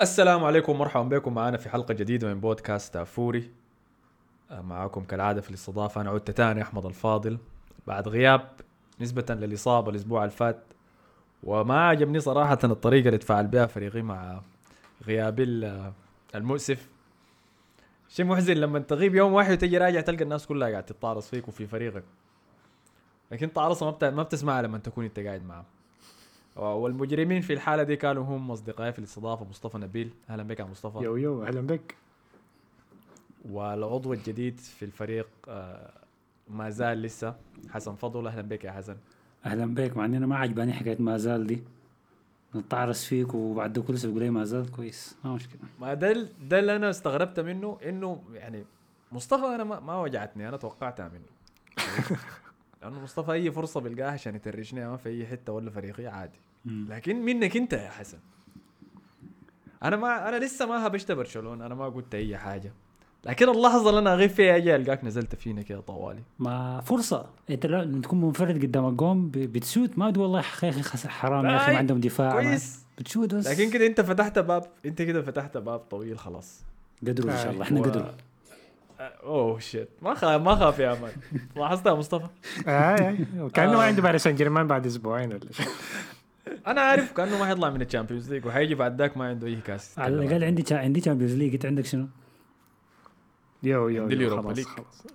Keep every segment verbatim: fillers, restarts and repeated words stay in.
السلام عليكم ومرحبا بكم معنا في حلقة جديدة من بودكاست فوري. معاكم كالعادة في الاستضافة أنا عدت تاني أحمد الفاضل بعد غياب نسبة للإصابة الأسبوع الفات، وما عجبني صراحة الطريقة اللي تفاعل بها فريقي مع غياب المؤسف. شيء محزن لما تغيب يوم واحد وتجي راجع تلقى الناس كلها قاعد تتعرص فيك وفي فريقك، لكن تعرص ما, بت... ما بتسمعها لما تكون انت قاعد معهم. والمجرمين في الحالة دي كانوا هم أصدقائي في الاستضافة مصطفى نبيل. أهلا بك يا مصطفى. يو يو أهلا بك. والعضو الجديد في الفريق ما زال لسه حسن فضل. أهلا بك يا حسن. أهلا بك، مع أننا ما عجباني حكاية ما زال دي، نتعرس فيك وبعد كل سنة بقول ما زال كويس، ما مشكلة. ما ده ده اللي أنا استغربت منه، إنه يعني مصطفى أنا ما, ما وجعتني، أنا توقعتها منه لأنه مصطفى أي فرصة بلقاها عشان يترشني ما في أي حتة ولا فريقي عادي، لكن منك أنت يا حسن أنا ما أنا لسه ما هبشت برشلونة، أنا ما قلت أي حاجة، لكن اللحظة اللي أنا أغيب فيها أجي ألقاك نزلت فينا كده طوالي. ما فرصة أنت لو تكون منفرد قدام الجون بتسود، ما تقول والله يا أخي خسر حرام يا أخي ما عندهم دفاع كويس بتسود بس. لكن كده أنت فتحت باب، أنت كده فتحت باب طويل خلاص. قدروا إن شاء الله، إحنا و... قدروا. أوه شيت ما خاف ما خاف يا مان. لاحظت يا مصطفى؟ آه كأنه ما عنده باريس سان جيرمان بعد أسبوعين ولا شيء. أنا عارف كأنه ما حيطلع من الشامبيونز ليج وحيجي بعد ذاك ما عنده أي كاس. على الأقل عندي شا... عندي شامبيونز ليج، أنت عندك شنو؟ يو يو عندي اليوروبا ليج.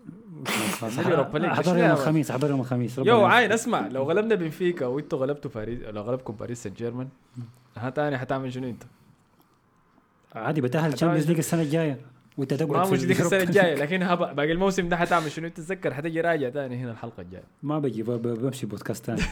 حضر يوم الخميس، حضر يوم الخميس. يو عاين اسمع، لو غلبنا بنفيكا وانتوا غلبتوا باريس، لو غلبكم باريس سان جيرمان ها تاني حتعمل شنو انت؟ عادي بتأهل الشامبيونز ليج السنة الجاية وانت تقعد ما مش ديك السنة الجاية، لكن هبا باقي الموسم ده حتعمل شنو؟ تتذكر حتجي راجع تاني هنا الحلقة الجاية. ما بجي بمشي بودكاست تاني.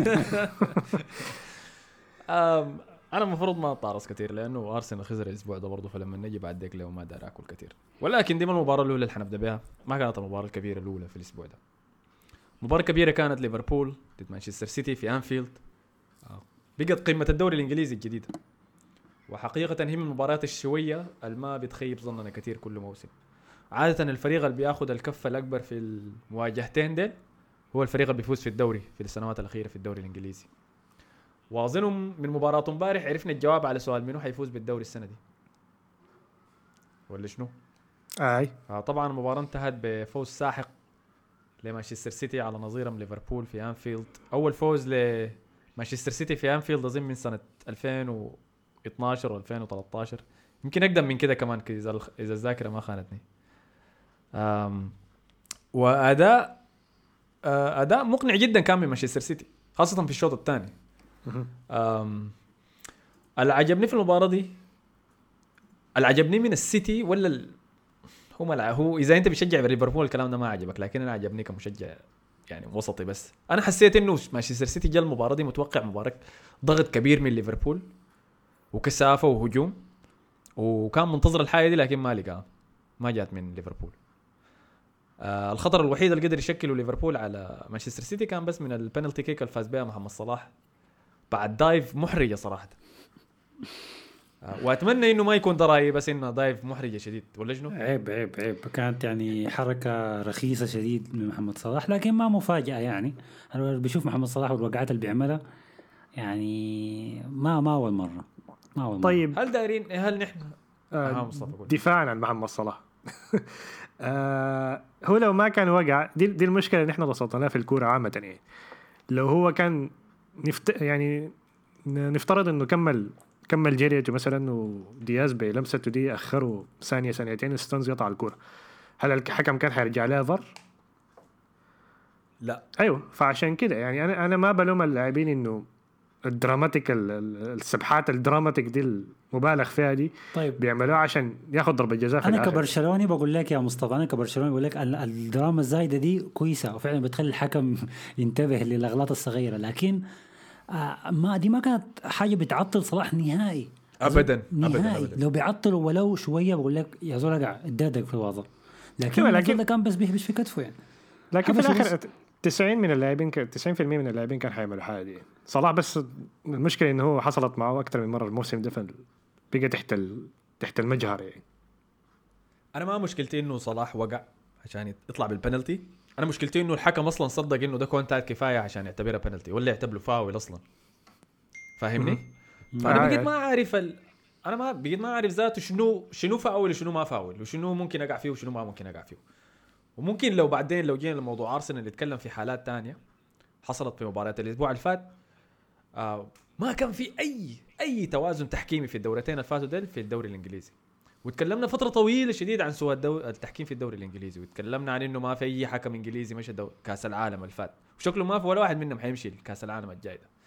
انا المفروض ما اتعرض كثير لانه ارسنال خسر الاسبوع ده برضه، فلما نجي بعد ذاك لو ما دار اكل كثير، ولكن دي ما المباراه الاولى اللي حنبدا بها، ما كانت المباراه الكبيره الاولى في الاسبوع ده. مباراه كبيره كانت ليفربول ضد مانشستر سيتي في انفيلد، بقت قمه الدوري الانجليزي الجديده، وحقيقه هي من المباريات الشويه الما بتخيب ظننا كثير كل موسم. عاده الفريق اللي بياخذ الكفه الاكبر في المواجهتين ديل هو الفريق اللي بيفوز في الدوري في السنوات الاخيره في الدوري الانجليزي. واظن من مباراة امبارح عرفنا الجواب على سؤال منو حيفوز بالدوري السنة دي ولا شنو؟ اي آه طبعا المباراة انتهت بفوز ساحق لمانشستر سيتي على نظيرهم ليفربول في انفيلد. اول فوز لمانشستر سيتي في انفيلد اظن من سنة ألفين واثناشر و ألفين وثلاثة عشر، يمكن اقدم من كده كمان اذا اذا الذاكرة ما خانتني. أم واداء اداء مقنع جدا كان من مانشستر سيتي خاصة في الشوط الثاني. أم اللي عجبني في المباراة دي، اللي عجبني من السيتي ولا ال... هو هو إذا أنت بتشجع ليفربول الكلام ده ما عجبك، لكن أنا عجبني كمشجع يعني وسطي. بس أنا حسيت إنه مانشستر سيتي جاء المباراة دي متوقع مباراة ضغط كبير من ليفربول وكثافة وهجوم، وكان منتظر الحاجة دي لكن ما لقاها، ما جات من ليفربول. آه الخطر الوحيد اللي قدر يشكله ليفربول على مانشستر سيتي كان بس من البنالتي كيك اللي فاز بها محمد صلاح بعد دايف محرجة صراحة. واتمنى انه ما يكون دراي، بس انه دايف محرجة شديد ولا شنو؟ عيب عيب عيب، كانت يعني حركة رخيصة شديد من محمد صلاح، لكن ما مفاجأة يعني. انا بشوف محمد صلاح والوقعات اللي بيعملها يعني ما ما اول مرة ما اول مرة. طيب هل دايرين هل نحن آه دفاعا عن محمد صلاح آه هو لو ما كان وقع دي, دي المشكلة اللي نحن وصلنا في الكورة عامة. يعني لو هو كان نفت... يعني نفترض انه كمل كمل جريته مثلا ودياز بلمسته دي اخروا ثانيه ثانيتين وستونز يقطع الكوره، هل الحكم كان حيرجع لها ضر؟ لا. ايوه، فعشان كده يعني انا انا ما بلوم اللاعبين انه الدراماتيك السبحات الدراماتيك دي المبالغ فيها دي طيب بيعملوها عشان ياخذ ضربه جزاء في انا الآخر. كبرشلوني بقول لك يا مصطفى، انا كبرشلوني بقول لك الدراما الزايده دي كويسه وفعلا بتخلي الحكم ينتبه للاغلاط الصغيره، لكن آه ما دي ما كانت حاجه بتعطل صلاح نهائي ابدا نهائي. ابدا, أبداً. لو بيعطلوا ولو شويه بقول لك يا زول رجع ادادك في الوضع، لكن لكن كان بس بيهبش في كتفه يعني. لكن في الاخر تسعين من اللاعبين تسعين بالمية من اللاعبين كان حيعملوا حاجه دي. صلاح بس المشكله انه هو حصلت معه اكثر من مره الموسم ده، بقى تحت ال... تحت المجهر يعني. انا ما مشكلتي انه صلاح وقع عشان يطلع بالبنالتي، انا مشكلتي انه الحكم اصلا صدق انه ده كونتاكت كفايه عشان يعتبرها بنالتي ولا يعتبره فاول اصلا، فاهمني؟ فانا بقيت ما عارف ال... انا ما بقيت ما اعرف ذاته شنو شنو فاول وشنو ما فاول وشنو ممكن اقع فيه وشنو ما ممكن اقع فيه. وممكن لو بعدين لو جينا لموضوع ارسنال نتكلم في حالات تانية حصلت في مباريات الاسبوع اللي فات. آه ما كان في اي اي توازن تحكيمي في الدورتين اللي فاتوا دول في الدوري الانجليزي. وتكلمنا فتره طويله شديد عن سوء الدو... التحكيم في الدوري الانجليزي, وتكلمنا عن انه ما في اي حكم انجليزي مشى دو... كاس العالم اللي فات, وشكله ما في ولا واحد منهم حيمشي كاس العالم الجاي ده.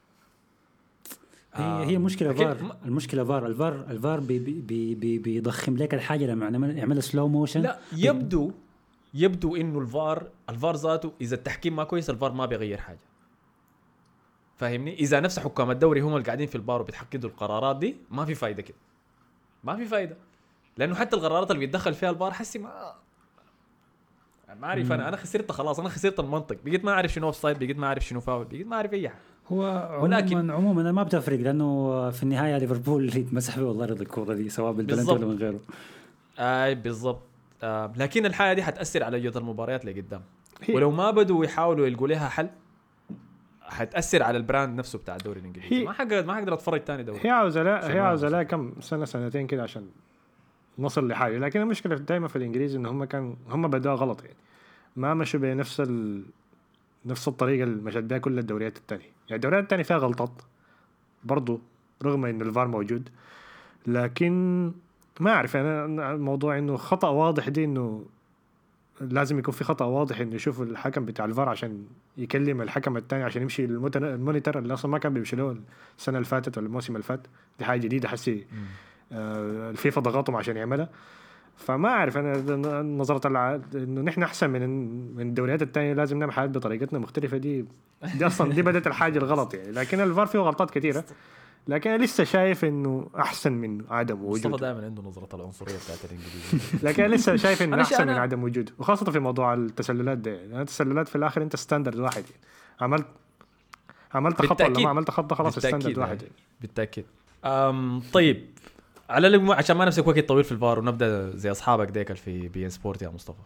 هي هي مشكله فار. المشكله فار الفار الفار بي بي بي بيضخم لك الحاجه لما يعمل سلو موشن. لا يبدو يبدو انه الفار الفار ذاته اذا التحكيم ما كويس الفار ما بيغير حاجه, فاهمني؟ اذا نفس حكام الدوري هم اللي قاعدين في البار وبيتحققوا القرارات دي ما في فايده كده, ما في فايده, لانه حتى القرارات اللي بيتدخل فيها البار حسي ما ما اعرف. انا انا خسرت خلاص, انا خسرت المنطق, بقيت ما اعرف شنو اوف سايد, بقيت ما اعرف شنو فاول, بقيت ما اعرف اي حاجه. هو ولكن عموما ما بتفرق, لانه في النهايه ليفربول اللي يتمسح فيه والله رضي الكوره دي سواء بالبلنتي ولا من غيره. اي بالضبط. آه لكن الحاجه دي حتاثر على جوده المباريات اللي قدام, ولو ما بدوا يحاولوا يلقوا لها حل حتاثر على البراند نفسه بتاع الدوري الانجليزي. ما حقدر ما حقدر اتفرج تاني دوري. هي عاوزه لا هي عاوزه لا كم سنه سنتين كده عشان نصل لحاجه. لكن المشكله دائما في الانجليزي ان هم كان هم بدأوا غلط, يعني ما مشوا بنفس ال... نفس الطريقه اللي مشت بها كل الدوريات الثانيه. يعني الدوريات الثانيه فيها غلطات برضو رغم ان الفار موجود, لكن ما اعرف انا الموضوع انه خطا واضح دي, انه لازم يكون في خطا واضح انه يشوف الحكم بتاع الفار عشان يكلم الحكم الثاني عشان يمشي المونيتور اللي اصلا ما كان بيمشي له السنه اللي فاتت ولا الموسم اللي فات. دي حاجه جديده حسي آه الفيفا ضغطهم عشان يعملها. فما اعرف انا نظره الع... انه نحن احسن من من الدوريات الثانيه, لازم نعمل حاجات بطريقتنا مختلفه. دي دي اصلا دي بدات الحاجه الغلط يعني. لكن الفار فيه غلطات كثيره, لكن أنا لسه شايف انه احسن من عدم وجوده. مصطفى دائما عنده نظره العنصريه بتاعت الانجليزي. لكن أنا لسه شايف انه احسن من عدم وجوده, وخاصه في موضوع التسللات ده. يعني التسللات في الاخر انت ستاندرد واحد, يعني عملت عملت خطا ولا ما عملت خطا خلاص ستاندرد واحد يعني. بالتاكيد. أم طيب على اللي عشان ما نمسك وقت طويل في الفار ونبدا زي اصحابك ديك في بي ان سبورت يا مصطفى.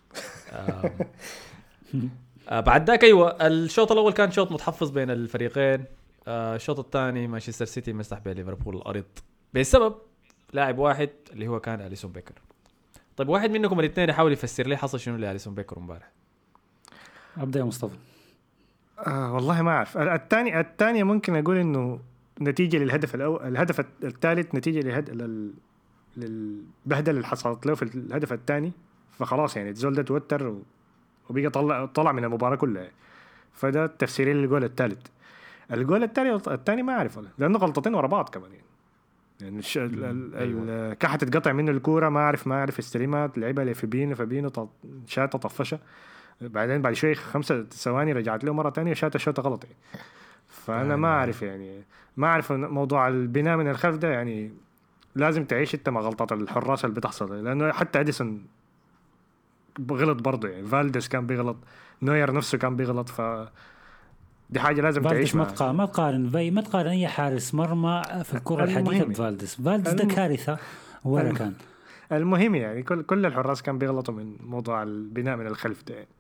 آه بعد ذاك ايوه الشوط الاول كان شوط متحفظ بين الفريقين. آه الشوط الثاني مانشستر سيتي مسح بليفربول الارض بسبب لاعب واحد اللي هو كان أليسون بيكر. طيب واحد منكم الاثنين يحاول يفسر لي حصل شنو لأليسون بيكر امبارح. ابدا يا مصطفى. آه والله ما اعرف. الثاني الثانيه ممكن اقول انه نتيجه للهدف الاول, الهدف الثالث نتيجه لهد لل للبهدله اللي حصلت له في الهدف الثاني, فخلاص يعني الزول ده توتر وبيجي طلع طلع من المباراه كلها. فده التفسير للجول الثالث. الجول الثاني الثاني ما اعرف لانه غلطتين ورا بعض كمان يعني. يعني الش... ال... أيوة. كحت تقطع منه الكوره, ما اعرف ما اعرف استلمات لعبها لفيبينو فابينو ط... شاته طفشه, بعدين بعد شوي خمسة ثواني رجعت له مره ثانيه شاته شوطه غلط يعني. فانا ما اعرف يعني ما اعرف موضوع البناء من الخلف ده, يعني لازم تعيش انت مع غلطات الحراس اللي بتحصل, لانه حتى اديسون غلط برضه يعني, فالديس كان بيغلط, نوير نفسه كان بيغلط. ف دي حاجه لازم تعيش معها. ما تقارن ما تقارن في ما تقارن اي حارس مرمى في الكره الحديثه بفالديس. فالديس ده كارثه ولا كان. المهم يعني كل كل الحراس كان بيغلطوا من موضوع البناء من الخلف ده يعني.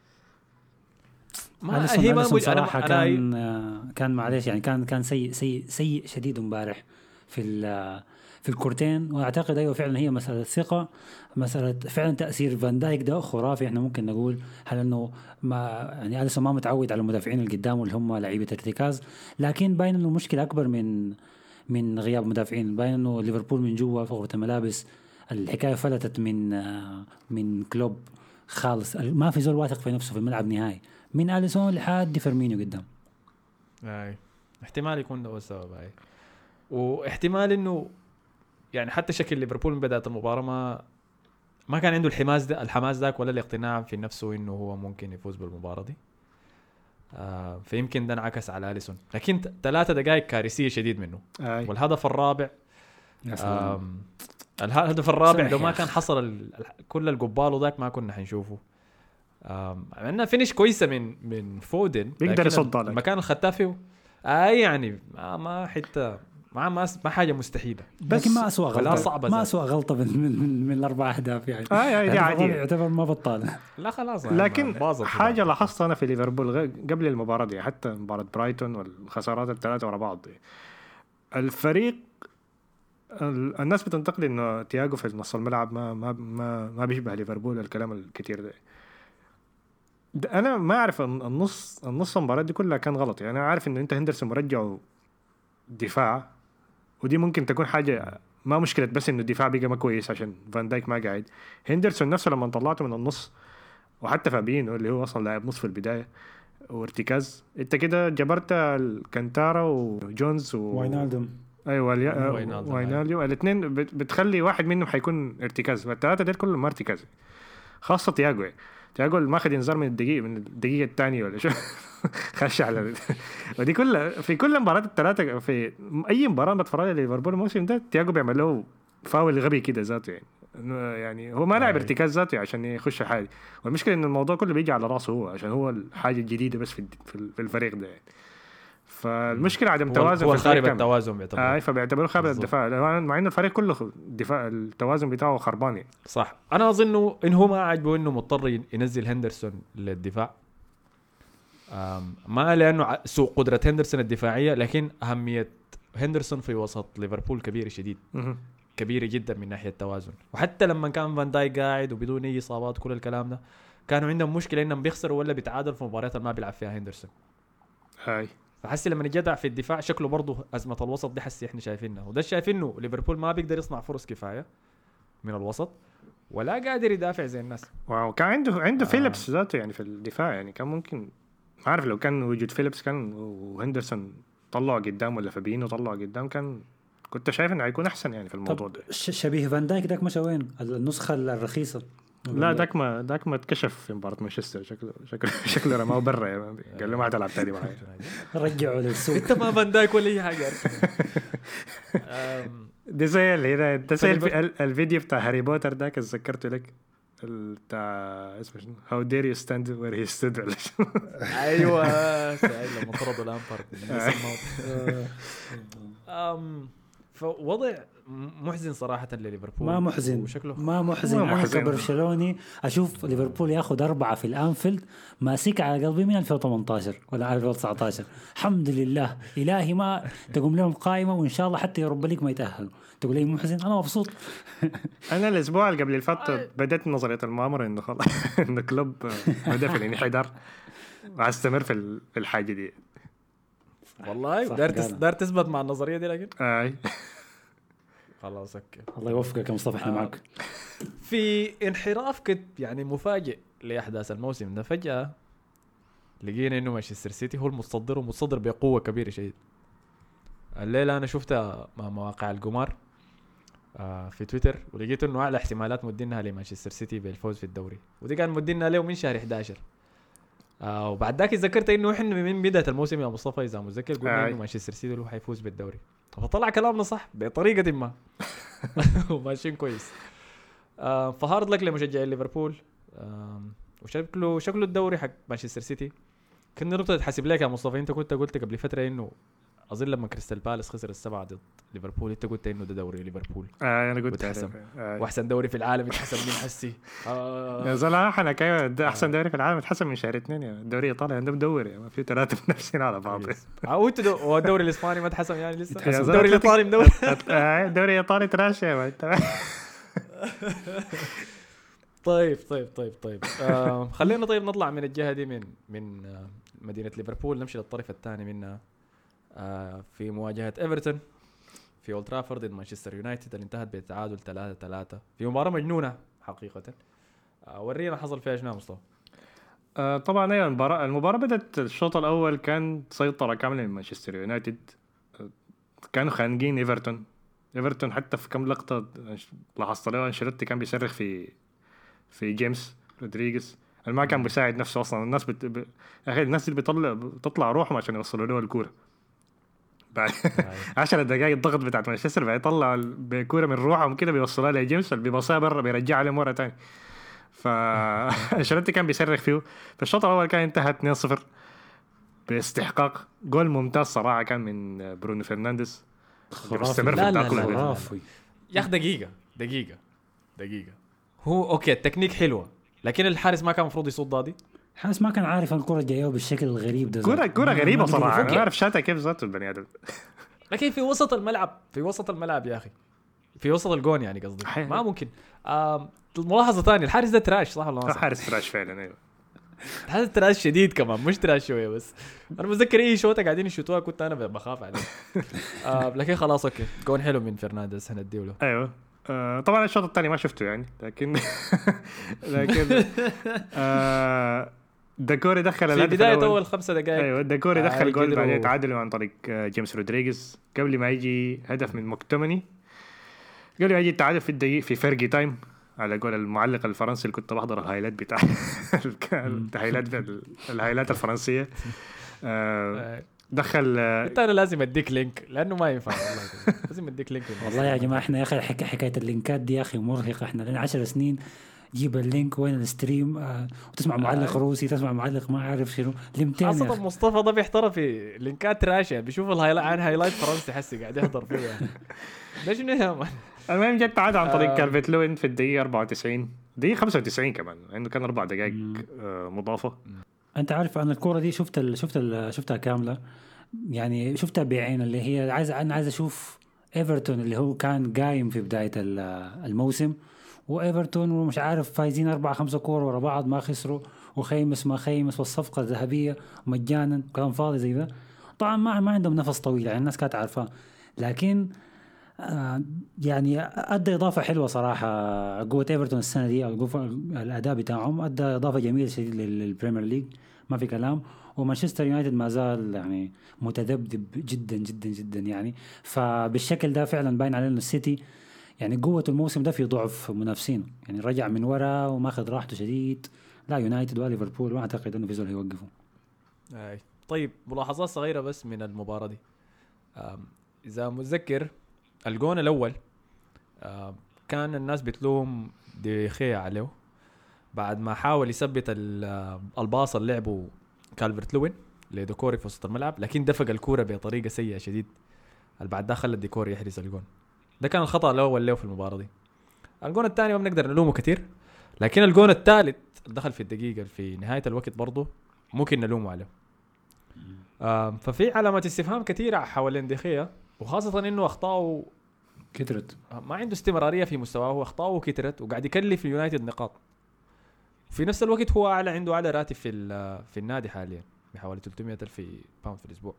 ما هي ما صراحه أنا كان أنا كان معلش يعني كان كان سيء سيء سيء شديد امبارح في في الكورتين. واعتقد ايوه فعلا هي مساله ثقه, مساله فعلا تاثير فان دايك ده خرافي. احنا ممكن نقول هل انه ما يعني أليسون ما متعود على المدافعين اللي قدامه اللي هم لاعيبه ارتكاز, لكن باين انه مشكله اكبر من من غياب مدافعين. باين انه ليفربول من جوا في غرفه الملابس الحكايه فلتت من من كلوب خالص. ما في زول واثق في نفسه في الملعب نهائي, من أليسون لحد فيرمينيو قدام. اي احتمال يكون ده السبب. اي واحتمال انه يعني حتى شكل ليفربول من بداية المباراة ما ما كان عنده الحماس ده الحماس ذاك ولا الاقتناع في نفسه انه هو ممكن يفوز بالمباراة دي. آه فيمكن ده انعكس على أليسون. لكن ثلاثة دقائق كارثية شديد منه. آي. والهدف الرابع الهدف الرابع لو ما كان حصل ال... كل القبال ذاك ما كنا حنشوفه. عملنا فينيش كويسة من من فودن بيقدر يصد المكان الختافي. اي يعني ما, ما حتى ما ما ما حاجه مستحيله, لكن ما اسوء غلطه ما اسوء غلطه من من, من الاربع اهداف يعني. اه يعني دي عادي يعتبر ما بطال. لا خلاص. لكن حاجه لاحظتها انا في ليفربول قبل المباراه دي, حتى مباراه برايتون والخسارات الثلاثه ورا بعض دي, الفريق الناس بتنتقد انه تياجو في نص الملعب ما ما ما, ما بيشبه ليفربول، الكلام الكتير ده. ده انا ما اعرف النص النص المباراه دي كلها كان غلط يعني. انا عارف انه انت هندرسون مرجعه دفاع، ودي ممكن تكون حاجه ما مشكله، بس انه الدفاع بقى ما كويس عشان فان دايك ما قاعد. هندرسون نفسه لما طلعته من النص، وحتى فابينو اللي هو اصلا لاعب نص في البدايه وارتكاز، انت كده جبرت الكانتارا وجونز و... واينالدوم. ايوه واينالدوم الاثنين بتخلي واحد منهم حيكون ارتكاز، والثلاثه دول كلهم ما ارتكاز، خاصه تياجو. تياجو ماخذ انذار من الدقيقه من الدقيقه الثانيه ولا شو خش على ودي كلها في كل مباراه الثلاثه. في اي مباراه بتفرج على ليفربول الموسم ده تياجو بيعمل له فاول غبي كده ذاته يعني. يعني هو ما لاعب ارتكاز ذاته عشان يخش حاجه، والمشكله ان الموضوع كله بيجي على راسه هو عشان هو الحاجه الجديده بس في في الفريق ده يعني. فالمشكله عدم توازن هو خارب التوازن بيعتبر اه فبيعتبروه خارب الدفاع، مع ان الفريق كله الدفاع التوازن بتاعه خربان يعني. صح. انا اظن انه هو ما عجبه انه مضطر ينزل هندرسون للدفاع، ما لانه سوء قدره هندرسون الدفاعيه، لكن اهميه هندرسون في وسط ليفربول كبيره شديد، كبيره جدا من ناحيه التوازن. وحتى لما كان فان دايك قاعد وبدون اي اصابات كل الكلام ده، كانوا عندهم مشكله انهم بيخسروا ولا بيتعادلوا في مباريات ما بيلعب فيها هندرسون. هاي فحسي لما يجدع في الدفاع شكله برضه أزمة الوسط دي حسي احنا شايفينها، وده شايفينه ليفربول ما بيقدر يصنع فرص كفاية من الوسط ولا قادر يدافع زي الناس. واو كان عنده عنده آه. فيليبس ذاته يعني في الدفاع يعني، كان ممكن ما عارف لو كان وجود فيليبس كان وهندرسون طلعوا قدام ولا فابينو طلعوا قدام، كان كنت شايف انه هيكون احسن يعني في الموضوع ده. شبيه فان دايك داك مشى وين النسخة الرخيصة؟ لا داك ما داك ما اتكشف في مباراة مانشستر، شكله شكله شكله رماه برا يعني. قال له ما هتلعب تاني معي رجعوا للسوق. انت ما فان دايك ولا اي حاجه. دي زي اللي هنا انت سأل الفيديو بتاع هاري بوتر داك ذكرته لك بتاع اسمه شنو هاو دير يو ستاند وير هي ستود ولا شنو. ايوه سعيد لما طردوا لامبارد. امم فوضع محزن صراحة لليفربول. ما محزن وشكله ما محزن. ما محزن. أنا كبرشلوني أشوف ليفربول يأخذ أربعة في الأنفيلد ماسك على قلبي من ألفين وثمانية عشر ولا ألفين وتسعة عشر. الحمد لله إلهي ما تقوم لهم قائمة وإن شاء الله حتى يوروبا ليج ما يتأهلوا. تقول لي محزن أنا مبسوط. أنا الأسبوع اللي قبل الفترة بدأت نظرية المؤامرة إنه خلاص إنه كلوب بدأ في الانحدار وأستمر في الحاجة دي. والله دار دار تثبت مع النظرية دي لكن. آه. خلاص اوكي الله يوفقك يا مصطفى احنا آه. معك. في انحراف كد يعني مفاجئ لاحداث الموسم ده، فجأة لقينا انه مانشستر سيتي هو المتصدر ومتصدر بقوة كبيرة شديد. الليلة انا شفتها مع مواقع القمار آه في تويتر، ولقيت انه اعلى احتمالات مدينها لمانشستر سيتي بالفوز في الدوري، ودي كان مدينها له من شهر إحدى عشر. آه وبعد ذاك ذكرت انه احنا من بداية الموسم يا مصطفى اذا متذكر قلنا انه مانشستر سيتي هو حيفوز بالدوري، فطلع كلامنا صح بطريقة ما وماشيين كويس. آه فهارد لك لمشجعي ليفربول. آه وشكله شكله الدوري حق مانشستر سيتي كنا نقطة تحسب لك يا مصطفى. انت كنت قلت قبل فترة انه اظن لما كريستال بالاس خسر السبعة ضد ليفربول انت قلت انه ده دوري ليفربول. اه انا قلت آه. واحسن دوري في العالم يتحسب من حسي. آه. يا زلمه احنا كاي احسن دوري في العالم يتحسب من شهر اثنين. يعني الدوري الايطالي عندهم دوري ما في ثلاثه بنفسين على بعض. او انت هو الدوري الاسباني ما اتحسب يعني لسه. الدوري الايطالي مدوري. الدوري الايطالي تراشي. طيب طيب طيب طيب آه خلينا طيب نطلع من الجهه دي من من آه مدينه ليفربول، نمشي للطرف الثاني منها. آه في مواجهه ايفرتون في اولد ترافورد ضد مانشستر يونايتد اللي انتهت بالتعادل ثلاثة ثلاثة في مباراه مجنونه حقيقه. آه ورينا حصل فيها شنو يا مصطفى. آه طبعا هي المباراه المباراه بدات الشوط الاول كان سيطره كامله من مانشستر يونايتد. آه كانوا خانقين ايفرتون. ايفرتون حتى في كم لقطه لاحظت له انشيلوتي كان بيصرخ في في جيمس رودريغيز اللي ما كان بيساعد نفسه اصلا. الناس بت... ب... اخي الناس اللي بيطلع بتطلع روحهم عشان يوصلوا له الكوره بعد عشر دقائق الضغط بتاعت مانشستر بقى يطلع بكوره من روحهم كده بيوصلها لجيمس اللي بيبصها برا بيرجعها له مره ثانيه. فانشيلوتي كان بيصرخ فيه. فالشوط الاول كان انتهى اثنين صفر باستحقاق. جول ممتاز صراحه كان من برونو فرنانديز مستمر في التأقلم. يا اخي دقيقه دقيقه دقيقه هو اوكي التكنيك حلوه لكن الحارس ما كان مفروض يصد ضادي. الحارس ما كان عارف الكره جايه بالشكل الغريب ده. كره كره غريبه صراحه. انا عارف شاتها كيف ذاته البني ادم. لكن في وسط الملعب في وسط الملعب يا اخي في وسط الجون يعني قصدي ما ممكن. آه ملاحظه ثانيه الحارس ده تراش صح ولا صح؟ حارس تراش فعلا. ايوه هذا تراش شديد كمان مش تراش شويه بس. انا متذكر اي شوطه قاعدين يشوتوها كنت انا بخاف عليه. آه لكن خلاص اوكي جون حلو من فرنانديز هنديه له. ايوه آه طبعا الشوط الثاني ما شفته يعني لكن لكن آه داكوري دخل في بدايه اول خمسة دقائق. ايوه داكوري آه دخل جول بعدين تعادلوا عن طريق جيمس رودريغيز قبل ما يجي هدف من مكتومني قبل ما يجي التعادل في الدقيقه في فرقي تايم على قول المعلق الفرنسي اللي كنت بحضر الهايلايت بتاع الهايلايت الهايلايت الفرنسيه. آه دخل انت انا لازم اديك لينك لانه ما ينفع والله لازم اديك لينك. والله يا جماعه احنا يا اخي حكايه حكايه اللينكات دي يا اخي مرهقه. احنا لنا عشر سنين جيب اللينك وين الستريم آه وتسمع معلق آه. روسي تسمع معلق ما عارف شنو لمتين. خاصة مصطفى ده بيحترف في لينكات راشة بيشوف الهايلايت عن هايلايت فرنسي حسي قاعد يحضر فيه يعني. ده شنو يا مان. المهم جت تعادل عن طريق آه. كالفيت لوين في الدقيقة أربعة وتسعين دقيقة خمسة وتسعين كمان لأنه كان أربع دقائق آه مضافة. أنت عارف أنا الكورة دي شفت ال شفت ال شفتها كاملة يعني شفتها بعين اللي هي عايز أنا عايز أشوف إيفرتون اللي هو كان قايم في بداية الموسم وإيفرتون ومش عارف فايزين أربعة خمسة كورة ورا بعض ما خسروا وخيمس ما خيمس والصفقة الذهبية مجانا كلام فاضي زي ذا. طبعا ما ما عندهم نفس طويل يعني الناس كانت عارفة لكن آه يعني أدى إضافة حلوة صراحة. قوة إيفرتون السنة دي أو الأداء بتاعهم أدى إضافة جميلة شديد للبريمير ليج ما في كلام. ومانشستر يونايتد ما زال يعني متذبذب جدا جدا جدا يعني. فبالشكل ده فعلا باين علينا السيتي يعني قوة الموسم ده في ضعف منافسين يعني رجع من وراء وما أخذ راحته شديد. لا يونايتد وليفربول ما أعتقد أنه في زول هيوقفوا. أي طيب ملاحظات صغيرة بس من المباراة دي. إذا متذكر الجون الأول كان الناس بتلوم ديخيا عليه بعد ما حاول يثبت الباص اللي لعبه كالفرت لوين لديكوري في وسط الملعب لكن دفق الكورة بطريقة سيئة شديد. بعد ده خلى الديكوري يحرز الجون. ده كان الخطأ الأول له في المباراة دي. الجون الثاني ما بنقدر نلومه كتير لكن الجون الثالث دخل في الدقيقة في نهاية الوقت برضه ممكن نلومه عليه. ففي علامات استفهام كثيرة حوالين ديخيا وخاصة إنه أخطاؤه كترت ما عنده استمرارية في مستواه وأخطاؤه كترت وقاعد يكلف اليونايتد نقاط. في نفس الوقت هو أعلى عنده أعلى راتب في في النادي حاليا بحوالي ثلاثمية ألف باوند في الأسبوع.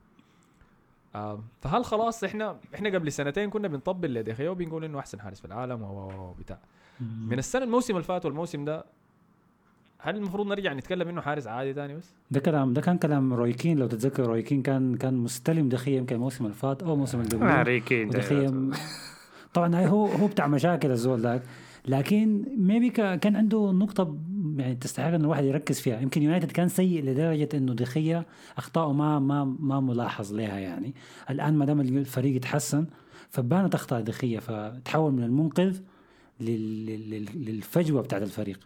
فهل خلاص إحنا إحنا قبل سنتين كنا بنطبل لديخيا وبنقول إنه أحسن حارس في العالم وبتاع من السنة الموسم اللي فات والموسم ده هل المفروض نرجع نتكلم إنه حارس عادي تاني بس؟ ده كلام ده كان كلام رويكين لو تتذكر رويكين كان كان مستلم دخيا يمكن الموسم اللي فات أو موسم اللي قبله. رويكين دخيا طبعا هو هو بتاع مشاكل الزول ذاك لكن ميبي كان عنده نقطة يعني تستحق إن الواحد يركز فيها. يمكن يونايتد كان سيء لدرجة إنه دخيا أخطاءه ما ما ما ملاحظ لها يعني. الآن ما دام الفريق يتحسن فبانت أخطاء دخيا فتحول من المنقذ للفجوة بتاعت الفريق.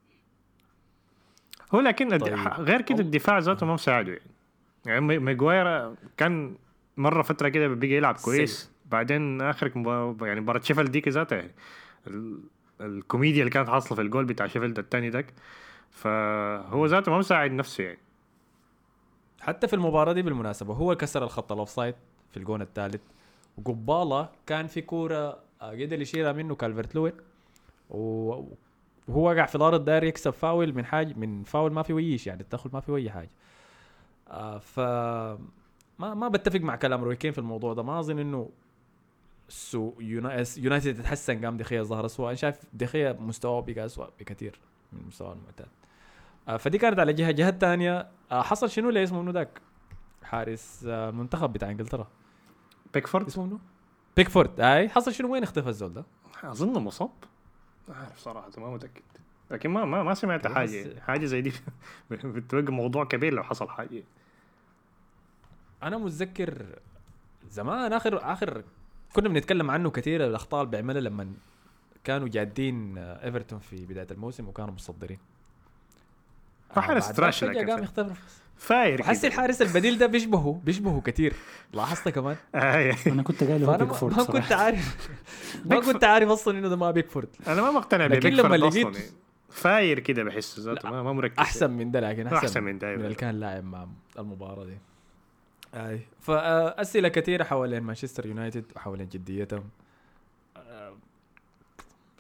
هو لكن طيب. غير كده الدفاع ذاته ما مساعده يعني. يعني ماجواير كان مرة فترة كده بيجي يلعب كويس سي. بعدين آخر يعني مباراة شيفيلد ديك ذاته يعني الكوميديا اللي كانت حاصله في الجول بتاع شيفيلد الثاني داك فهو ذاته ما مساعد نفسه يعني. حتى في المباراه دي بالمناسبه هو كسر الخط الاوفسايد في الجون الثالث وقباله كان في كوره قدر يشيلها منه كالفرت لوين وهو وقع في الارض داير يكسب فاول من حاجه من فاول ما في ويش يعني التدخل ما في اي حاجه. آه ف ما ما بتفق مع كلام رويكين في الموضوع ده. ما اظن انه سو يونايتد تتحسن قام دخيا ظهر أسوأ. أنا شايف دخيا مستواه بقى أسوأ بكثير من مستواه المعتاد. آه فدي كانت على جهة جهة تانية. آه حصل شنو اللي اسمه منو داك حارس آه المنتخب بتاع إنجلترا بيكفورد اسمه منو بيكفورد. أي حصل شنو وين اختفى الزول ده؟ أظن مصاب ما أعرف صراحة ما متأكد لكن ما ما ما سمعت حاجة حاجة زي دي بتوقع موضوع كبير لو حصل حاجة. أنا متذكر زمان آخر آخر كنا بنتكلم عنه كثير الأخطاء اللي بيعملها لما كانوا جادين إيفرتون في بداية الموسم وكانوا مصدرين. حارس تراش لكن قام يختبر فاير. حس الحارس البديل ده بيشبهه بيشبهه كثير لاحظت كمان. أنا كنت قايل هو بيكفورد ما كنت عارف ما كنت عارف أصلا إنه ده ما بيكفورد. أنا ما مقتنع بيكفورد أصلا فاير كده بحس ذاته ما ما مركز أحسن من ده لكن أحسن, أحسن من ده من اللي كان لاعب مع المباراة دي. أي فأسئلة كثيرة حوالين مانشستر يونايتد وحوالين جديتهم.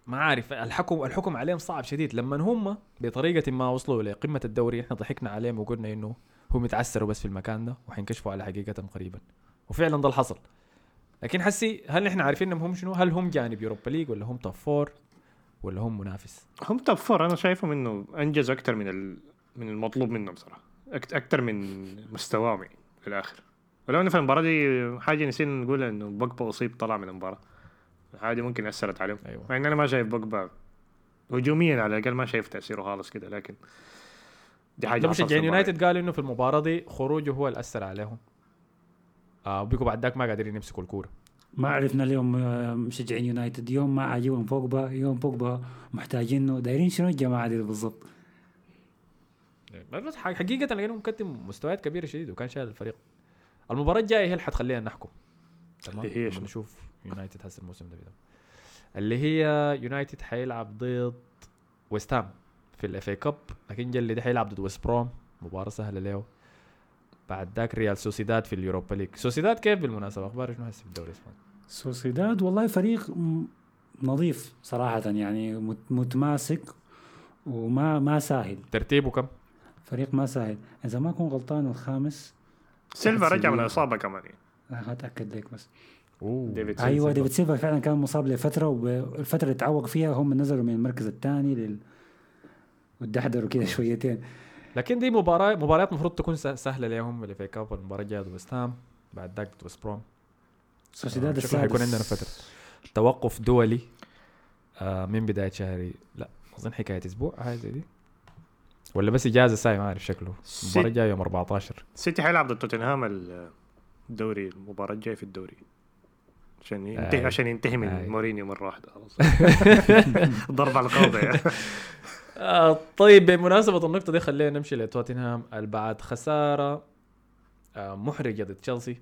ما عارف الحكم الحكم عليهم صعب شديد. لما هم بطريقه ما وصلوا لقمه الدوري احنا ضحكنا عليهم وقلنا انه هم يتعسروا بس في المكان ده وحينكشفوا على حقيقتهم قريبا، وفعلا ده اللي حصل. لكن حسي هل احنا عارفين انهم هم شنو؟ هل هم جانب يوروبا ليج ولا هم توب فور ولا هم منافس؟ هم توب فور. انا شايفهم انه انجز اكثر من ال... من المطلوب منهم بصراحه، أك... اكثر من مستواهم يعني في الاخر. ولو ان في المباراه دي حاجه نسينا نقول انه بوجبا اصيب طلع من المباراه، هذه ممكن اثرت عليهم. أيوة. مع ان انا ما شايف بوجبا هجوميا على الاقل، ما شايف تاثيره خالص كده، لكن دي حاجه مشجعين يونايتد قالوا انه في المباراه دي خروجه هو اللي اثر عليهم، آه بيكوا بعد ذاك ما قادرين يمسكوا الكوره. ما عرفنا اليوم مشجعين يونايتد يوم ما عاجبهم بوجبا، يوم بوجبا محتاجينه، دايرين شنو الجماعه دي بالضبط؟ بس حقيقه لانه مقدم مستويات كبيره شديد وكان شايل الفريق. المباراه الجايه هي اللي حتخلينا نحكم تمام. هي نشوف يونايتد هسه الموسم ده, ده اللي هي يونايتد حيلعب ضد ويست هام في الاف اي كاب، لكن جلي ده حيلعب ضد ويست بروم، مباراه سهله له. بعد ذاك ريال سوسيداد في اليوروبا ليج. سوسيداد كيف بالمناسبه؟ اخبار شنو هسه في الدوري الاسباني؟ سوسيداد والله فريق نظيف صراحه، يعني متماسك وما ما سهل. ترتيبه كم؟ فريق ما سهل، اذا ما اكون غلطان الخامس. سيلفا رجع من الاصابه كمان يعني. هتاكد لك بس. ديفيد ايوه سيلفا. ديفيد سيلفا فعلا كان مصاب لفتره، والفتره اللي تعوق فيها هم نزلوا من المركز الثاني لل والدحدروا كده شويتين. لكن دي مباراه مباريات المفروض تكون سهله لهم اللي في كاب. المباراه الجايه ضد ويست هام، بعد ذاك ضد ويست بروم. سوسيداد السادس حيكون عندنا فتره توقف دولي آه من بدايه شهري، لا اظن حكايه اسبوع هذه دي ولا بس اجازه ساي ما اعرف شكله. المباراه الجايه يوم أربعة عشر. سيتي حيلعب ضد توتنهام الدوري، المباراه الجايه في الدوري عشان ينتهي آه. عشان ينتهي من آه. مورينيو مره واحده خلاص. ضرب على القاضي يعني. آه طيب بمناسبه النقطه دي خلينا نمشي لتوتنهام بعد خساره آه محرجه ضد تشيلسي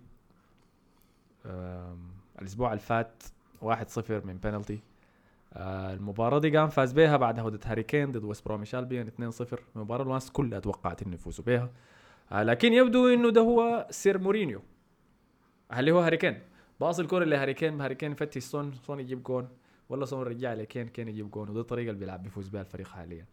آه الاسبوع اللي فات واحد صفر من بينالتي. آه المباراه دي قام فاز بيها بعدها ضد هاري كين ضد ويست بروميش ألبيون اثنين صفر. المباراه الناس كلها توقعت انه يفوزوا بيها، آه لكن يبدو انه ده هو سير مورينيو. هل هو هاري كين باص الكره اللي هاري كين هاري كين فتش سون سون يجيب جون، ولا سون رجع لكين كين يجيب جون؟ وده الطريقه اللي بيلعب بيفوز بها الفريق حاليا.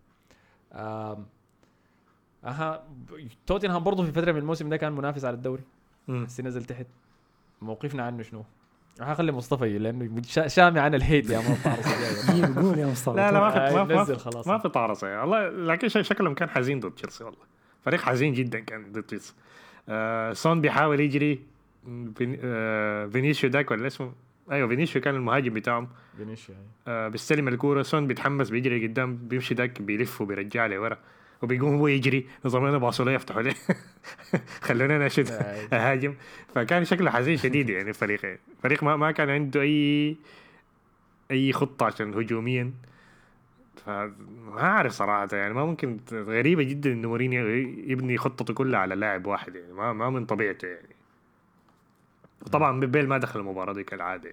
اها توتنهام برضه في فتره من الموسم ده كان منافس على الدوري، بس نزل تحت. موقفنا عنه شنو؟ هخلي مصطفى لانه شامي عن الهيت يا مصطفى. قول يا مصطفى. لا لا ما في ما في خلاص ما في طارصه يا الله. لكن شكلهم كان حزين ضد تشيلسي، والله فريق حزين جدا كان ضد تشيلسي. آه سون بيحاول يجري، آه فينيسيو داك ولا اسمه ايوه فينيسيو كان المهاجم بتاعهم. فينيسيو آه بيستلم الكوره، سون بيتحمس بيجري قدام، بيمشي داك بيلف وبيرجع له ورا، وبيقوم هو يجري نظامنا باصوا له يفتحوا له خلونا نشد اهاجم. فكان شكله حزين شديد يعني. الفريق فريق ما ما كان عنده اي اي خطه عشان هجوميا. فما اعرف صراحه يعني، ما ممكن. غريبه جدا انه مورينيو يبني خطته كلها على لاعب واحد يعني، ما ما من طبيعته يعني. طبعا بيل ما دخل المباراه دي كالعاده.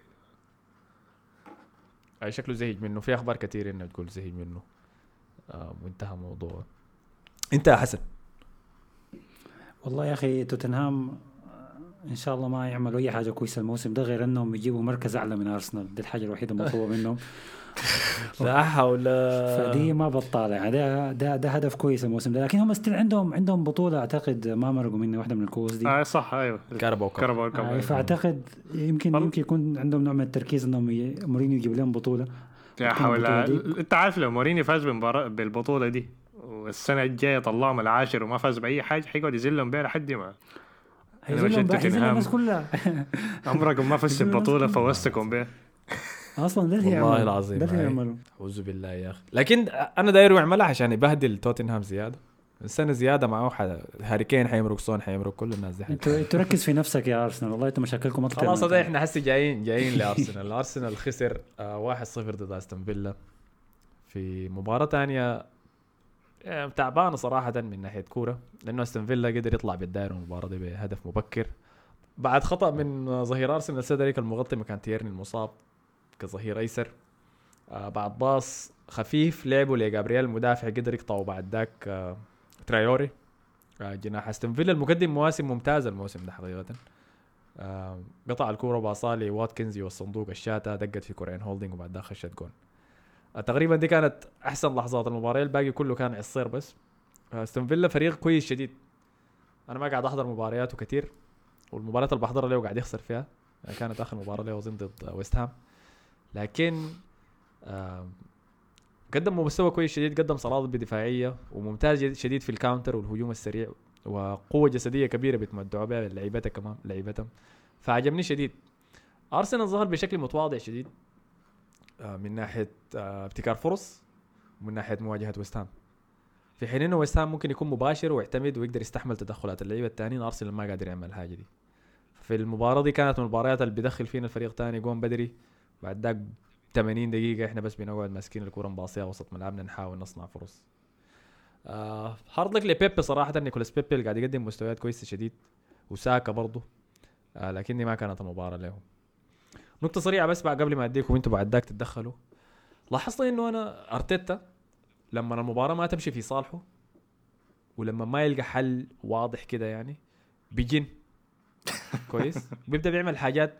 اي شكله زهج منه، في اخبار كثير انه تقول زهج منه آه وانتهى موضوع. انت يا حسن؟ والله يا اخي توتنهام ان شاء الله ما يعملوا اي حاجه كويسه الموسم ده غير انهم يجيبوا مركز اعلى من ارسنال. دي الحاجه الوحيده المطلوبه منهم. لا حول. فدي ما بطالع. ده ده ده هدف كويس الموسم ده، لكن هم استل عندهم عندهم بطوله اعتقد ما مرقوا مني واحده من الكؤوس دي. اه صح ايوه كاراباو كاراباو كاب. آه فاعتقد يمكن يمكن يكون عندهم نوع من التركيز انهم مورينيو يجيب لهم بطوله. يا حول. انت عارف لو مورينيو فاز بالبطوله دي والسنه الجايه طلعهم العاشر وما فاز باي حاجه، حيقعد يزلهم بيها لحد ما هيزلهم الناس كلها. عمركم ما فزت ببطوله فوزتكم بيها اصلا. ده اللي والله العظيم ده اللي يعملوا. اعوذ بالله يا اخي. لكن انا داير يعملها عشان يبهدل توتنهام زياده. السنه زياده معه هاري كين حيمرق، سون حيمرق، كل الناس دي. انت تركز في نفسك يا ارسنال، والله انتم مشاكلكم اكثر. خلاص ده احنا هسه جايين جايين لارسنال. الارسنال خسر آه واحد صفر ضد استون فيلا في مباراه ثانيه آه تعبانه صراحه من ناحيه كوره، لانه استون فيلا قدر يطلع بالدائره المباراه دي بهدف مبكر بعد خطا من ظهير ارسنال سيدريك المغطي مكان تيرني المصاب كظهير ايسر. آه بعد باص خفيف لعبوا لجابرييل المدافع قدر يقطعه بعد ذاك آه ترايوري آه جناح استون فيلا المقدم مواسم ممتازه الموسم ده حقيقه. آه قطع الكوره باصالي واتكنز والصندوق الشاتا دقت في كورين هولدينج وبعد ذاك خشت جون. تقريبا دي كانت احسن لحظات المباراه. الباقي كله كان عصير بس. استون فيلا فريق كويس شديد. انا ما قاعد احضر مبارياته كتير، والمباراه اللي بحضرها له قاعد يخسر فيها. كانت اخر مباراه له اظن ضد ويست هام، لكن قدم مستوى كويس شديد. قدم صلابه بدفاعيه وممتاز شديد في الكاونتر والهجوم السريع، وقوه جسديه كبيره بيتمتعوا بها لعيبتها كمان لعيبتهم. فعجبني شديد. ارسنال ظهر بشكل متواضع شديد من ناحيه ابتكار فرص ومن ناحيه مواجهه ويست هام، في حين انه ويست هام ممكن يكون مباشر ويعتمد ويقدر يستحمل تدخلات اللعيبه الثانيين. ارسنال ما قادر يعمل الحاجه دي. في المباراه دي كانت من المباريات اللي بيدخل فينا الفريق ثاني جون بدري، بعد ذاك ثمانين دقيقه احنا بس بنقعد ماسكين الكره مباصيه وسط ملعبنا نحاول نصنع فرص. آه هارد لك لبيبي صراحه. نيكولاس بيبي اللي قاعد يقدم مستويات كويسه شديد، وساكا برضه، آه لكني ما كانت المباراه لهم. نقطه سريعه بس بعد قبل ما اديكم انتوا بعد ذاك تتدخلوا. لاحظت انه انا ارتيتا لما المباراه ما تمشي في صالحه ولما ما يلقى حل واضح كده يعني بيجن كويس بيبدا بيعمل حاجات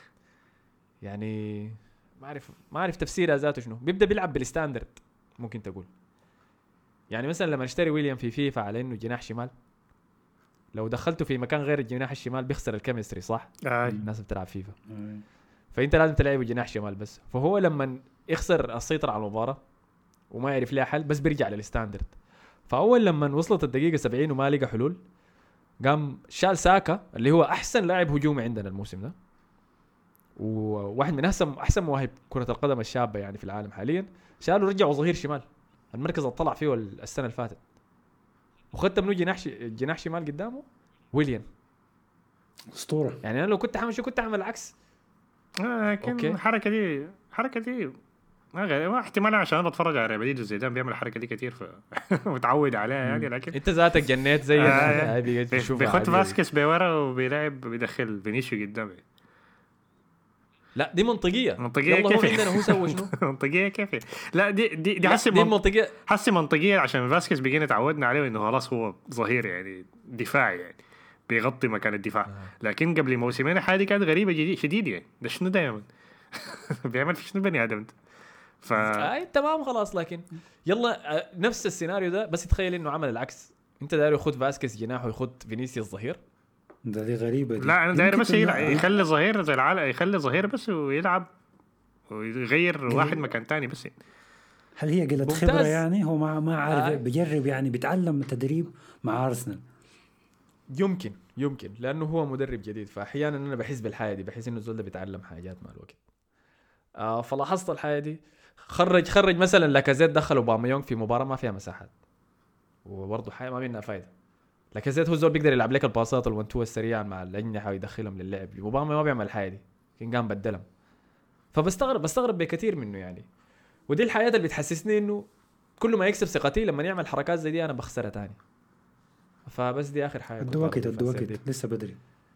يعني ما اعرف ما اعرف تفسيرها ذاته شنو. بيبدا بيلعب بالستاندرد ممكن تقول. يعني مثلا لما اشتري ويليام في فيفا على انه جناح شمال، لو دخلته في مكان غير الجناح الشمال بيخسر الكيمستري صح. آه. الناس بتلعب فيفا فانت لازم تلعبه جناح شمال بس. فهو لما يخسر السيطره على المباراه وما يعرف لها حل بس بيرجع للستاندرد. فاول لما وصلت الدقيقه سبعين وما لقى حلول قام شال ساكا اللي هو احسن لاعب هجومي عندنا الموسم ده وواحد من احسن احسن مواهب كره القدم الشابه يعني في العالم حاليا، شاله رجعه ظهير شمال، المركز اللي طلع فيه السنه اللي فاتت، وخدت منه جناح جناح شمال قدامه ويليام اسطوره. يعني انا لو كنت حامل شو كنت اعمل العكس. آه لكن الحركه دي الحركه دي ما غير ما احتمال عشان انا بتفرج على ريال مدريد زيدان بيعمل الحركه دي كتير فمتعود عليها يعني. لكن انت ذاتك جنيت زي آه هاي بيخد فاسكس بورا وبيلعب بيدخل فينيسيو قدامي. لا دي منطقيه منطقيه كيف عندنا هو سوى شنو منطقيه كيف. لا دي دي دي حسي دي منطقيه حسي منطقيه عشان فاسكس بيجينا تعودنا عليه انه خلاص هو ظهير يعني دفاعي يعني بيغطي مكان الدفاع. آه. لكن قبل موسمين حاجه كانت غريبه شديد يعني ده شنو دايما بيعمل في شنو بني ادم ف اي تمام خلاص. لكن يلا نفس السيناريو ده بس تخيل انه عمل العكس. انت داير ياخد فاسكس جناح وياخد فينيسيوس ظهير. ده دي غريبه دي. لا انا داير بس يخلي ظهير زي العالم يخلي ظهير بس ويلعب ويغير واحد مكان تاني بس. هل هي قلة خبره يعني هو ما ما عارف آه. بيجرب يعني بيتعلم التدريب مع ارسنال. يمكن يمكن لانه هو مدرب جديد فاحيانا انا بحس بالحاجه دي بحس انه الزول ده بيتعلم حاجات مع الوقت. آه فلاحظت الحاجه دي. خرج خرج مثلا لاكازيت دخل اوباميونغ في مباراه ما فيها مساحات وبرضه حاجه ما منها فايده. لاكازيت هو الزول بيقدر يلعب لك الباصات الونتو السريعه مع الاجنحه ويدخلهم للعب. اوباما ما بيعمل الحاجه دي كان قام بدلهم. فبستغرب بستغرب بكثير منه يعني. ودي الحياه اللي بتحسسني انه كل ما يكسب ثقتي لما يعمل حركات زي دي انا بخسرها تاني. فبس دي اخر حاجه. الدوكت الدوكت لسه بدري.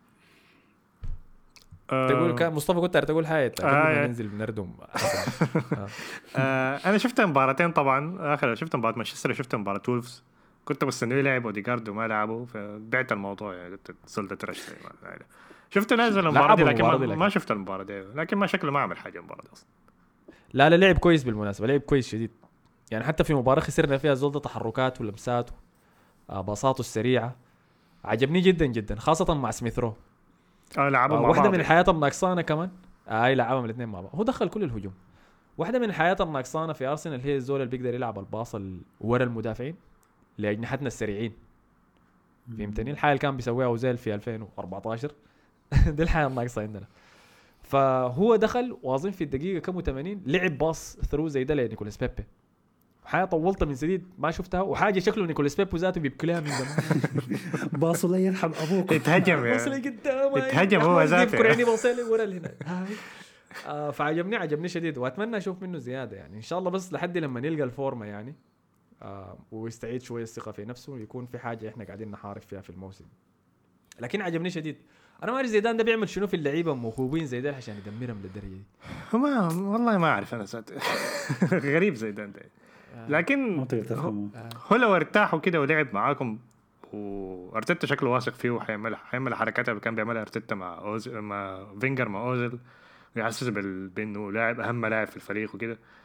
تقول كان مصطفى كنت تقول حاجه آه ننزل بنردم. آه. آه انا شفت مباراتين طبعا. اخر شفت مباراه مانشستر شفت مباراه وولفز. كنت مستني يلعب اوديغارد وما لعبوا فبعت الموضوع يعني قلت زلت ترش يعني. شفت نازل المباراه دي لكن ما, لكن. ما شفت المباراه دي لكن ما شكله ما عمل حاجه المباراه دي اصلا. لا لا لعب كويس بالمناسبه لعب كويس شديد يعني. حتى في مباراه خسرنا فيها زول تحركات ولمسات آه باصاته السريعه عجبني جدا جدا خاصه مع سميثرو. اه لعبوا مع واحده من الحياه الناقصانه كمان هاي آه لعبهم الاثنين مع بعض. هو دخل كل الهجوم. واحده من الحياه الناقصانه في ارسنال هي الزول اللي بيقدر يلعب الباص ورا المدافعين لاجنحتنا السريعين. فهمتني الحاجه اللي كان بيسويها اوزيل في ألفين وأربعة عشر دي الحياه الناقصه عندنا. فهو دخل واظن في الدقيقه كم ثمانين لعب باص ثرو زي ده لنيكولاس بيبي. حاجه طولت من سديد ما شفتها وحاجه شكله نيكولاس بيبي ذاته بيبكلها من زمان. باص الله يرحم ابوك اتهجم باص لي قدام اتهجم هو ذاته يفكرني باص لي ورا هنا. آه فعجبني عجبني شديد واتمنى اشوف منه زياده يعني ان شاء الله بس لحد لما نلقى الفورمه يعني آه ويستعيد شويه الثقه في نفسه ويكون في حاجه احنا قاعدين نحارب فيها في الموسم. لكن عجبني شديد. انا ما اعرف زيدان ده بيعمل شنو في اللعيبه موهوبين زي ده عشان يدمرهم للدرجه دي. ما والله ما اعرف انا سات غريب زيدان ده. لكن هو لو ارتاحوا كده ولعب معاكم وارتيتا شكله واثق فيه وحيعمل حيعمل حركات اللي كان بيعملها ارتيتا مع أوزل مع فينجر مع اوزيل ويحسس بانه لاعب اهم لاعب في الفريق وكده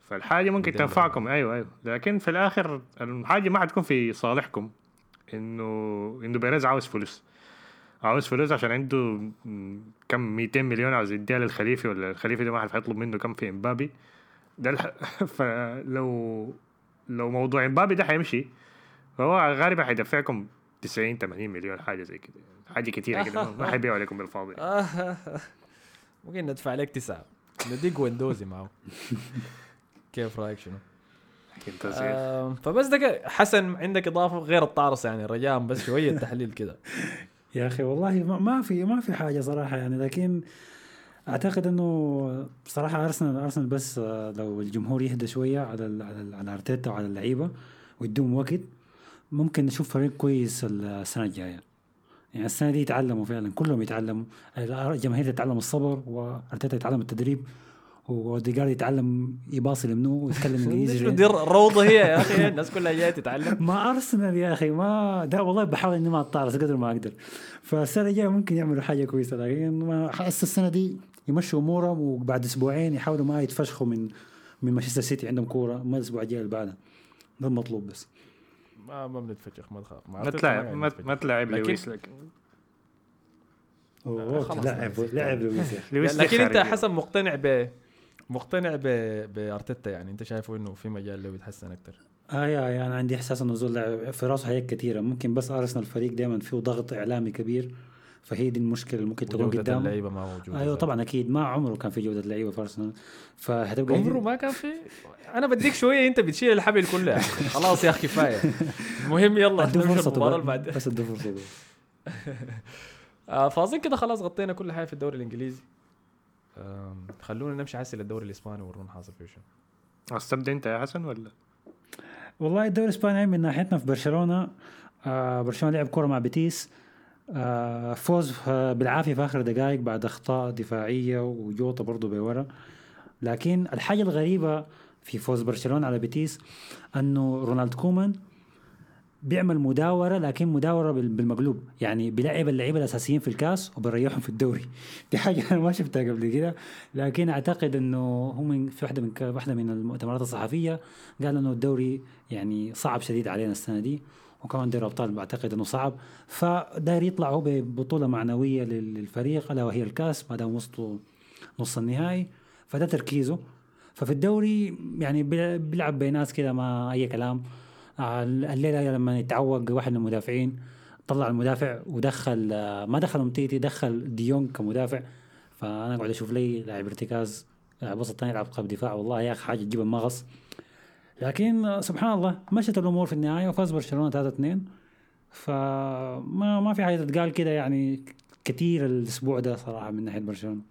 فالحاجه ممكن ميتين تنفعكم ايوه ايوه لكن في الاخر الحاجه ما حتكون في صالحكم. انه انه بيريز عاوز فلوس عاوز فلوس عشان عنده م- كم مئتين مليون عاوز يديها للخليفي ولا الخليفي ده ما عارف يطلب منه كم في امبابي ده الح... فلو لو موضوع امبابي ده حيمشي فهو غالبا حيدفعكم تسعين ثمانين مليون حاجه زي كده حاجه كتيره كده ما- ما حيبيعوا عليكم بالفاضي. ممكن ندفع لك تسعة نديك ويندوزي معه. كيف رايك شنو؟ انت زين. آه فبس ده حسن عندك اضافه غير الطارس يعني رجاء بس شويه تحليل كده. يا اخي والله ما- ما في ما في حاجه صراحه يعني لكن اعتقد انه بصراحه ارسنال ارسنال بس آه، لو الجمهور يهدى شويه على ال على, ال على ارتيتا وعلى اللعيبه ويدوم وقت ممكن نشوف فريق كويس السنه الجايه. يعني السنه دي يتعلموا فعلا كلهم يتعلموا الجماهير تتعلم الصبر وارتيتا يتعلم التدريب وديجارد يتعلم يباصي لمنو ويتكلم انجليزي. دي الروضه هي يا اخي الناس كلها جايه تتعلم. ما ارسنال يا اخي ما ده والله بحاول اني ما اتطارس قدر ما اقدر. فالسنه الجايه ممكن يعملوا حاجه كويسه لكن ما حاسس السنه دي يمشوا امورهم وبعد اسبوعين يحاولوا ما يتفشخوا من من مانشستر سيتي عندهم كوره ما الاسبوع الجاي اللي بعده ده المطلوب بس. ما ما بنتفشخ ما تخاف ما تلعب ما ما تلعب لويس لكن اوه لاعب لاعب لويس. لكن انت حسن مقتنع ب مقتنع ب بارتيتا يعني انت شايفه انه في مجال له يتحسن اكثر. اه يا انا عندي احساس انه زول في راسه حاجات كثيره ممكن بس ارسنال الفريق دائما فيه ضغط اعلامي كبير فهي دي المشكله اللي ممكن تكون قدام اللعيبه ما موجوده. ايوه طبعا اكيد ما عمره كان في جوده لعيبه في ارسنال فهتبقى عمره ما كان في. انا بديك شويه انت بتشيل الحبل كله خلاص يا اخي كفايه. المهم يلا ادوا نمشي فرصه المباراه اللي بعد بس ادوا فرصه. آه فاظن كده خلاص غطينا كل حاجه في الدوري الانجليزي. آه خلونا نمشي حاسي للدوري الاسباني ورون حاصل فيه شنو. استبدا انت يا حسن ولا؟ والله الدوري الاسباني من ناحيتنا في برشلونه آه برشلونه لعب كوره مع بيتيس آه فوز آه بالعافيه في اخر دقائق بعد اخطاء دفاعيه وجوطه برضه بورا. لكن الحاجه الغريبه في فوز برشلونه على بيتيس انه رونالد كومان بيعمل مداوره لكن مداوره بالمقلوب يعني بيلعب اللعيبه الاساسيين في الكاس وبيريحهم في الدوري. دي حاجه انا ما شفتها قبل كده لكن اعتقد انه هو من في واحده من واحده من المؤتمرات الصحفيه قال انه الدوري يعني صعب شديد علينا السنه دي وكمان دوري الابطال بعتقد انه صعب فداير يطلع هو ببطوله معنويه للفريق الا وهي الكاس ما دام وصلوا نص النهائي فده تركيزه. ففي الدوري يعني بيلعب بيناس كده ما اي كلام. الليلة لما يتعوق واحد من المدافعين طلع المدافع ودخل ما دخل امتيتي دخل ديونج كمدافع فأنا قاعد أشوف لي لاعب ارتكاز لاعب وسط ثاني يلعب قلب دفاع والله يا أخي حاجة تجيب المغص. لكن سبحان الله مشت الأمور في النهاية وفاز برشلونة ثلاثة اثنين فما ما في حاجة تتقال كده يعني كتير الأسبوع ده صراحة من ناحية برشلونة.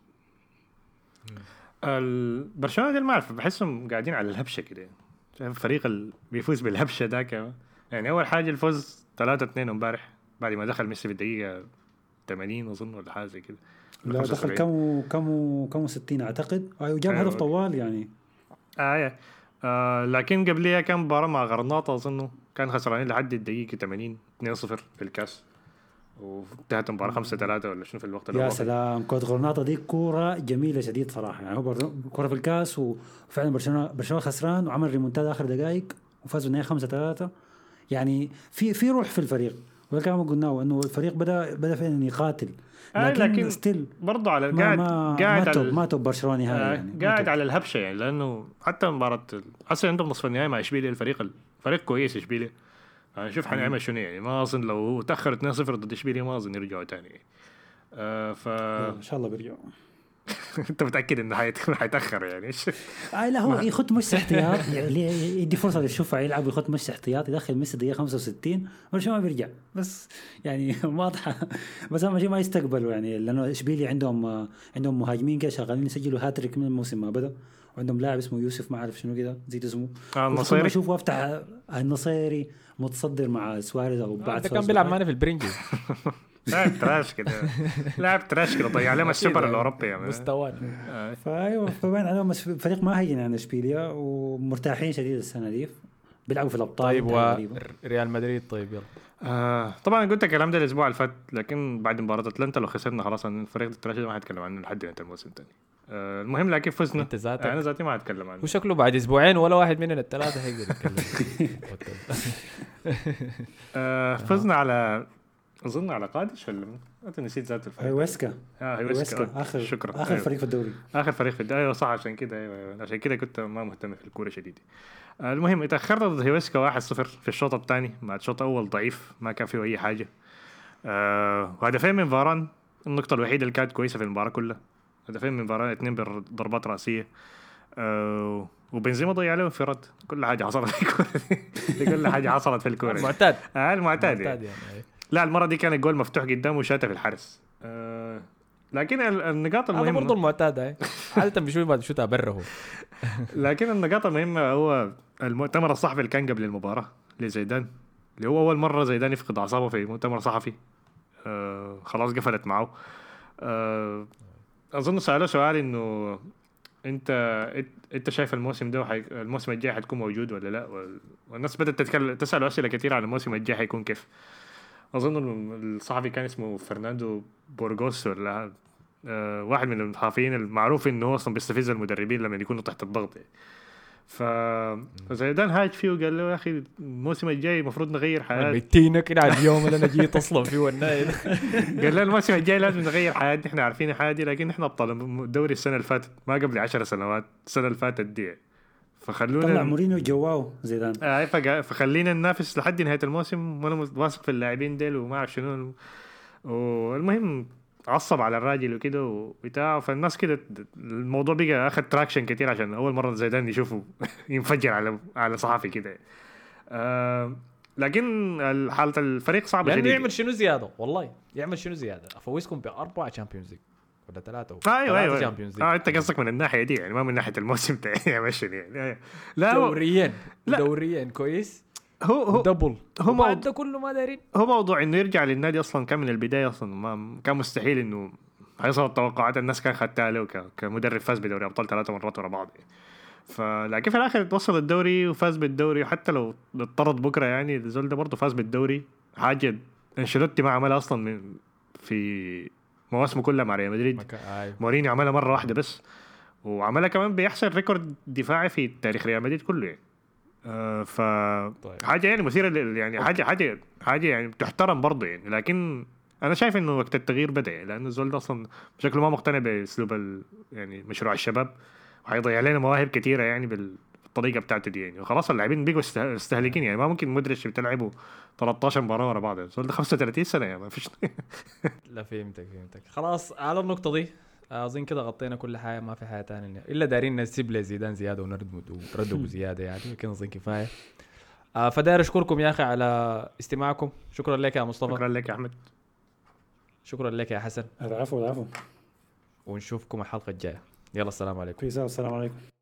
برشلونة دي ما أعرف بحسهم قاعدين على الهبشة كده الفريق اللي بيفوز بالهبشة ده كمان يعني أول حاجة الفوز ثلاثة اثنين امبارح بعد ما دخل ميسي في الدقيقة ثمانين أظن ولا حاجة زي كده. لا دخل كم كم كم ستين أعتقد أيوة جاب هدف طوال يعني. آه, آه لكن قبلها كان مباراة مع غرناطة أظنه كان خسرانين لحد الدقيقة ثمانين اثنين صفر في الكاس وانتهت المباراة خمسة ثلاثة ولا شنو في الوقت يا سلام كرة غرناطة دي كورة جميلة شديد صراحة يعني هو كورة في الكاس وفعلا برشلونة برشلونة خسران وعمل ريمونتادا آخر دقائق وفاز بالنهاية خمسة ثلاثة يعني في في روح في الفريق وكما قلنا إنه الفريق بدأ بدأ فعلا يقاتل لكن, لكن ستيل برضو على قاعد ما قاعد ما توب ما توب برشلونة هاي آه يعني قاعد على الهبشة يعني لأنه حتى مباراة أصلا عندهم نصف النهائي مع إشبيلية الفريق الفريق كويس إشبيلية أنا شوف حنعمل شنو يعني ما أظن لو تأخر اثنين صفر ضد إشبيلية ما أظن يرجعوا تاني آه ف إن شاء الله بيرجعوا. أنت متأكد إنه حيتأخر يعني إيش؟ آه لا هو يخط مش احتياط يعني يدي فرصة للشوفة يلعب ويخط مش احتياط يدخل ميسي دقيقة خمسة وستين ورشوا ما بيرجع بس يعني واضحة بس أهم شيء ما يستقبلوا يعني لأنه إشبيلية عندهم عندهم مهاجمين كده شغالين يسجلوا هاتريك من الموسم ما بدأ وعندهم لاعب اسمه يوسف ما أعرف شنو كده زيد اسمه آه النصيري أشوف وافتح النصيري متصدر مع سواريز أو بعد كان بيلعب معنا في البرنجي لاعب تراش كده لاعب تراش كده ضيع لهم السوبر الأوروبي يعني مستوانا فأيوة فبين عليهم فريق ما هيجي عن إشبيلية ومرتاحين شديد السنة دي بيلعبوا في الأبطال. طيب وريال مدريد طيب يلا آه طبعا قلت الكلام ده الأسبوع اللي فات لكن بعد مباراة أتلانتا لو خسرنا خلاص الفريق التراش ده ما هيتكلم عنه لحد نهاية الموسم الثاني آه المهم لكن فزنا. انت ذاتك انا ذاتي ما اتكلم عنه. وشكله بعد اسبوعين ولا واحد مننا الثلاثه هيقدر يتكلم. آه فزنا على اظن على قادش ولا انت نسيت ذات الفريق. هيوسكا اه هيوسكا اخر شكرا. اخر فريق في الدوري. اخر فريق في الدوري صح. عشان كده ايوه عشان كده كنت ما مهتم في الكوره شديد. آه المهم اتاخرنا ضد هيوسكا واحد صفر في الشوط الثاني بعد الشوط الاول ضعيف ما كان فيه اي حاجه. آه وهدفين من فاران النقطه الوحيده اللي كانت كويسه في المباراه كلها. هدفين من فاران اثنين بضربات راسيه. آه وبنزيما ضيع له انفراد. كل حاجه حصلت في الكوره كل حاجه حصلت في الكوره معتاد آه المعتاد معتاد يعني. يعني. لا المره دي كان الجول مفتوح قدامه وشاته في الحرس. آه لكن النقاط هذا المهمه برضه المعتاد هاي عاده بيشوف بعد شو تبره. لكن النقاط المهمه هو المؤتمر الصحفي اللي كان قبل المباراه لزيدان اللي هو اول مره زيدان يفقد اعصابه في مؤتمر صحفي. آه خلاص قفلت معه. آه اظن سأله سؤال انه انت انت شايف الموسم ده وحي... الموسم الجاي حتكون موجود ولا لا. والناس بدات تتكلم تسال اسئله كثيره عن الموسم الجاي حيكون كيف. اظن الصحفي كان اسمه فرناندو بورغوس ولا آه واحد من الصحفيين المعروف انه هو اصلا بيستفز المدربين لما يكونوا تحت الضغط يعني. فزيدان هاج فيه وقال له يا اخي الموسم الجاي المفروض نغير حياتنا. بيتينا كده على اليوم اللي انا جيت اصلا فيه والنايل. قال له الموسم الجاي لازم نغير حياتنا. احنا عارفين حاجه لكن احنا ابطال الدوري السنه اللي فاتت ما قبل عشر سنوات السنه اللي فاتت دي. فخلونا طلع مورينيو جواو زيدان. آه فخلينا ننافس لحد نهايه الموسم وانا واثق في اللاعبين ديل وما اعرف شنو. والمهم عصب على الراجل وكده وبتاع. فالناس كده الموضوع بقى اخذ تراكشن كتير عشان اول مره زيدان يشوفه ينفجر على على صحافي كده. آه لكن حاله الفريق صعبه يعني جدا. يعمل شنو زياده والله يعمل شنو زياده. افوزكم باربعه تشامبيونز ليج ولا ثلاثه. ايوه ايوه اه انت قصدك من الناحيه دي يعني ما من ناحيه الموسم تاعي ماشي يعني. لا دوريا دوريا كويس. هو هو دبل هو بعد ده كله ما دارين. هو موضوع انه يرجع للنادي اصلا كان من البدايه اصلا ما كان مستحيل انه هيصل التوقعات الناس كان خدتها له كمدرب فاز بدوري ابطال ثلاثه مرات ورا بعض يعني. فلكن في الاخر وصل الدوري وفاز بالدوري. وحتى لو اضطرد بكره يعني الزول ده برضه فاز بالدوري. حاجه انشيلوتي ما عملها اصلا من في مواسمه كلها مع ريال مدريد. مورينيو عملها مره واحده بس وعملها كمان بيحصل ريكورد دفاعي في تاريخ ريال مدريد كله يعني. آه ف طيب. حاجه يعني مثيره يعني حاجه حاجه حاجه يعني تحترم برضه يعني. لكن انا شايف انه وقت التغيير بدا يعني لانه الزول ده اصلا بشكل ما مقتنع باسلوب يعني مشروع الشباب وحيضيع لنا مواهب كثيره يعني بالطريقه بتاعته دي يعني. وخلاص اللاعبين بيجوا مستهلكين يعني ما ممكن مدرج بتلعبوا ثلاثة عشر مباراه ورا بعض. الزول ده خمسة وثلاثين سنه يعني ما فيش. لا فهمتك فهمتك خلاص على النقطه دي اظن كده غطينا كل حاجه ما في حاجه ثانيه الا دارين نسيب لزيدان زياده ونردمد ونردم زياده يعني كده اظن كفايه. آه فداير اشكركم يا اخي على استماعكم. شكرا لك يا مصطفى. شكرا لك يا احمد. شكرا لك يا حسن. العفو العفو. ونشوفكم الحلقه الجايه. يلا السلام عليكم. السلام عليكم.